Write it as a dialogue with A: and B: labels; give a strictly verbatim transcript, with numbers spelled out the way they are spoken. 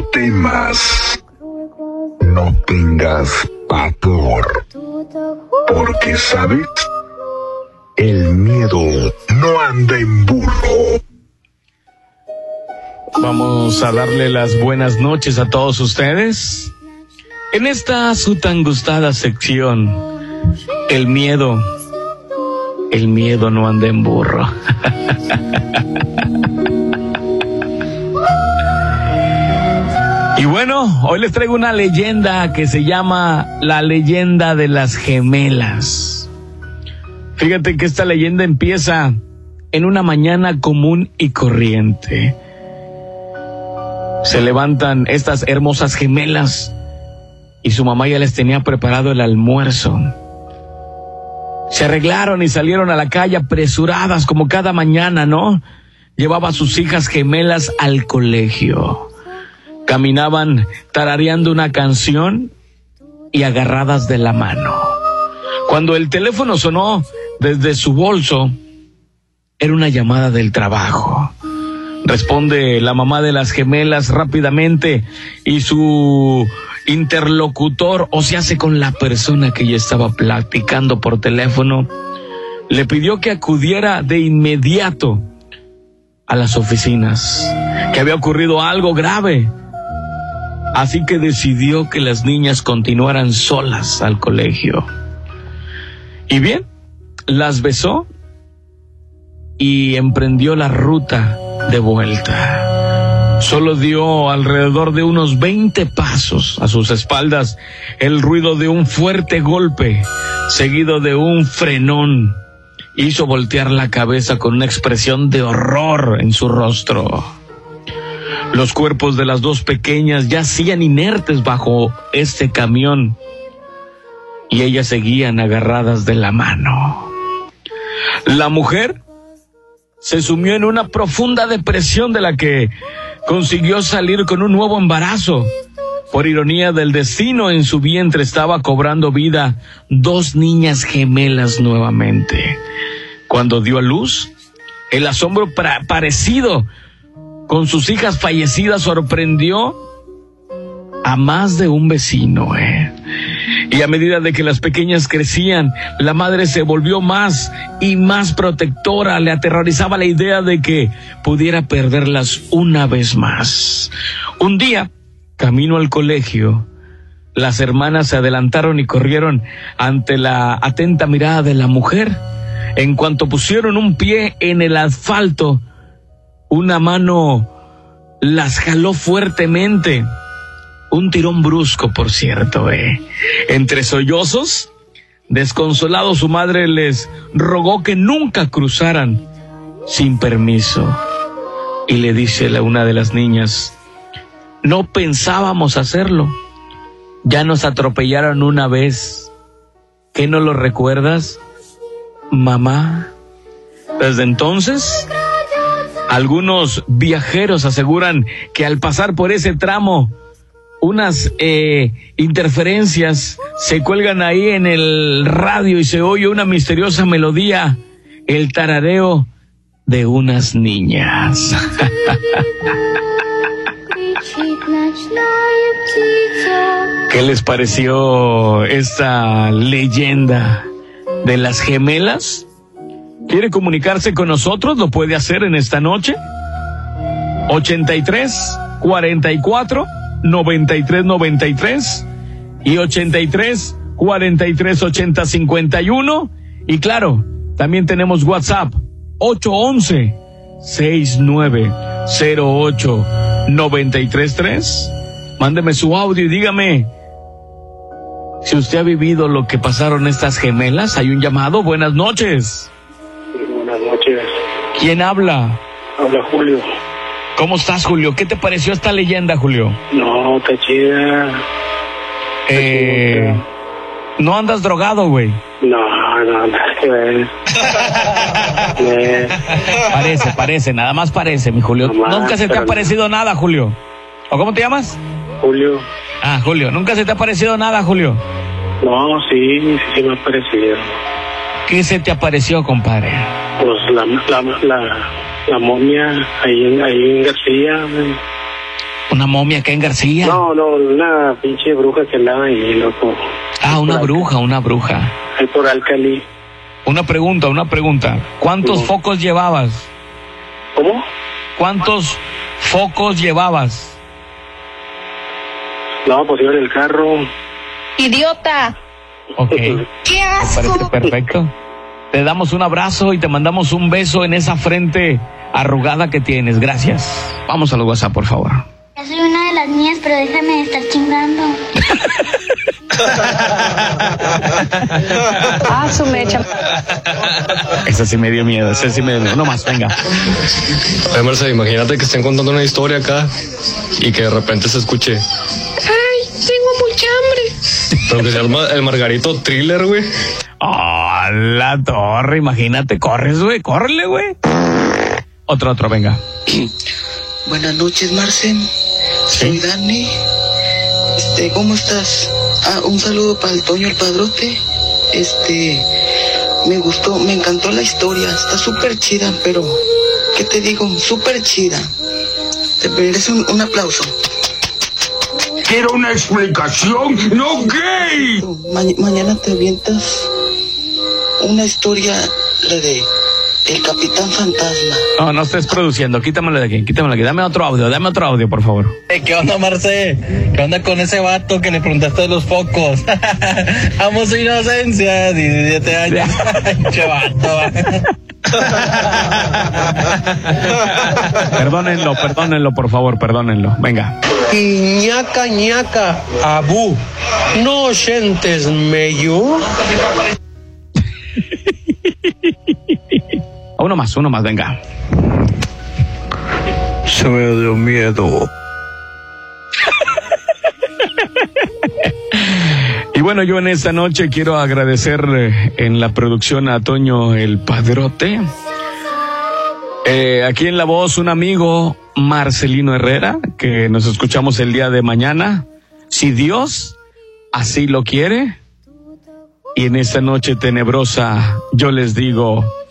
A: No temas, no tengas pavor, porque sabes, el miedo no anda en burro.
B: Vamos a darle las buenas noches a todos ustedes en esta su tan gustada sección, el miedo, el miedo no anda en burro. Y bueno, hoy les traigo una leyenda que se llama la leyenda de las gemelas. Fíjate que esta leyenda empieza en una mañana común y corriente. Se levantan estas hermosas gemelas y su mamá ya les tenía preparado el almuerzo. Se arreglaron y salieron a la calle apresuradas como cada mañana, ¿no? Llevaba a sus hijas gemelas al colegio. Caminaban tarareando una canción y agarradas de la mano. Cuando el teléfono sonó desde su bolso, era una llamada del trabajo. Responde la mamá de las gemelas rápidamente y su interlocutor, o se hace con la persona que ella estaba platicando por teléfono, le pidió que acudiera de inmediato a las oficinas, que había ocurrido algo grave. Así que decidió que las niñas continuaran solas al colegio. Y bien, las besó y emprendió la ruta de vuelta. Solo dio alrededor de unos veinte pasos. A sus espaldas, el ruido de un fuerte golpe, seguido de un frenón, hizo voltear la cabeza con una expresión de horror en su rostro. Los cuerpos de las dos pequeñas yacían inertes bajo este camión y ellas seguían agarradas de la mano. La mujer se sumió en una profunda depresión de la que consiguió salir con un nuevo embarazo. Por ironía del destino, en su vientre estaba cobrando vida dos niñas gemelas nuevamente. Cuando dio a luz, el asombro pra- parecido con sus hijas fallecidas sorprendió a más de un vecino, ¿eh? Y a medida de que las pequeñas crecían, la madre se volvió más y más protectora. Le aterrorizaba la idea de que pudiera perderlas una vez más. Un día, camino al colegio, las hermanas se adelantaron y corrieron ante la atenta mirada de la mujer. En cuanto pusieron un pie en el asfalto, una mano las jaló fuertemente. Un tirón brusco, por cierto, ¿eh? Entre sollozos, desconsolado, su madre les rogó que nunca cruzaran sin permiso. Y le dice a una de las niñas: no pensábamos hacerlo. Ya nos atropellaron una vez. ¿Qué no lo recuerdas, mamá? Desde entonces, algunos viajeros aseguran que al pasar por ese tramo, unas eh, interferencias se cuelgan ahí en el radio y se oye una misteriosa melodía, el tarareo de unas niñas. ¿Qué les pareció esta leyenda de las gemelas? ¿Quiere comunicarse con nosotros? Lo puede hacer en esta noche. ochenta y tres, cuarenta y cuatro, noventa y tres, noventa y tres y ochenta y tres, cuarenta y tres, ochenta, cincuenta y uno. Y claro, también tenemos WhatsApp ocho once, sesenta y nueve, cero ocho, noventa y tres tres. Mándeme su audio y dígame si usted ha vivido lo que pasaron estas gemelas. Hay un llamado. Buenas noches.
C: Buenas noches.
B: ¿Quién habla?
C: Habla Julio.
B: ¿Cómo estás, Julio? ¿Qué te pareció esta leyenda, Julio?
C: No, está chida.
B: Eh, ¿No andas drogado, güey?
C: No, no, nada que ver. eh.
B: Parece, parece, nada más parece, mi Julio.
C: No más,
B: ¿Nunca se te ha
C: pero
B: parecido nada, Julio? ¿O cómo te llamas?
C: Julio.
B: Ah, Julio. ¿Nunca se te ha parecido nada, Julio?
C: No, sí, sí, sí me ha parecido.
B: ¿Qué se te apareció, compadre?
C: Pues la, la, la, la momia ahí en, ahí en García. Man.
B: ¿Una momia acá en García?
C: No, no, una pinche bruja que andaba ahí, loco.
B: Ah, una bruja, una bruja.
C: Ahí por Alcali.
B: Una pregunta, una pregunta. ¿Cuántos
C: No.
B: focos llevabas?
C: ¿Cómo?
B: ¿Cuántos focos llevabas?
C: No, pues iba en el carro.
D: ¡Idiota!
B: Ok.
D: ¡Qué
B: Me
D: asco!
B: parece perfecto. Te damos un abrazo y te mandamos un beso en esa frente arrugada que tienes. Gracias. Vamos a los WhatsApp, por favor.
E: Ya soy una de las mías, pero déjame de estar chingando.
D: Ah, su mecha.
B: Esa sí me dio miedo, esa sí me dio miedo. No más, venga.
F: Oye, Marce, imagínate que estén contando una historia acá y que de repente se escuche.
D: Ay, tengo mucha hambre.
F: Pero que se llama el Margarito Thriller, güey.
B: Oh, la torre, imagínate, corres, güey, córrele, güey. Otro, otro, venga.
G: Buenas noches, Marcen. Soy Dani. Este, ¿cómo estás? Ah, un saludo para el Toño el Padrote. Este, me gustó, me encantó la historia. Está súper chida, pero, ¿qué te digo? Súper chida. Te mereces un, un aplauso.
A: Quiero una explicación, no gay.
G: Ma- mañana te avientas una historia, la de El Capitán Fantasma.
B: No, no estés produciendo, quítamelo de aquí, quítamelo de aquí. Dame otro audio, dame otro audio, por favor.
H: ¿Qué onda, Marce? ¿Qué onda con ese vato que le preguntaste de los focos? Amo su inocencia, diecisiete años. Che vato.
B: Perdónenlo, perdónenlo, por favor, perdónenlo. Venga.
I: Ñaca, ñaca, abú, no oyentes meyu.
B: Uno más, uno más, venga.
I: Se me dio miedo.
B: Y bueno, yo en esta noche quiero agradecer eh, en la producción a Toño el Padrote. Eh, aquí en la voz un amigo, Marcelino Herrera, que nos escuchamos el día de mañana. Si Dios así lo quiere. Y en esta noche tenebrosa yo les digo...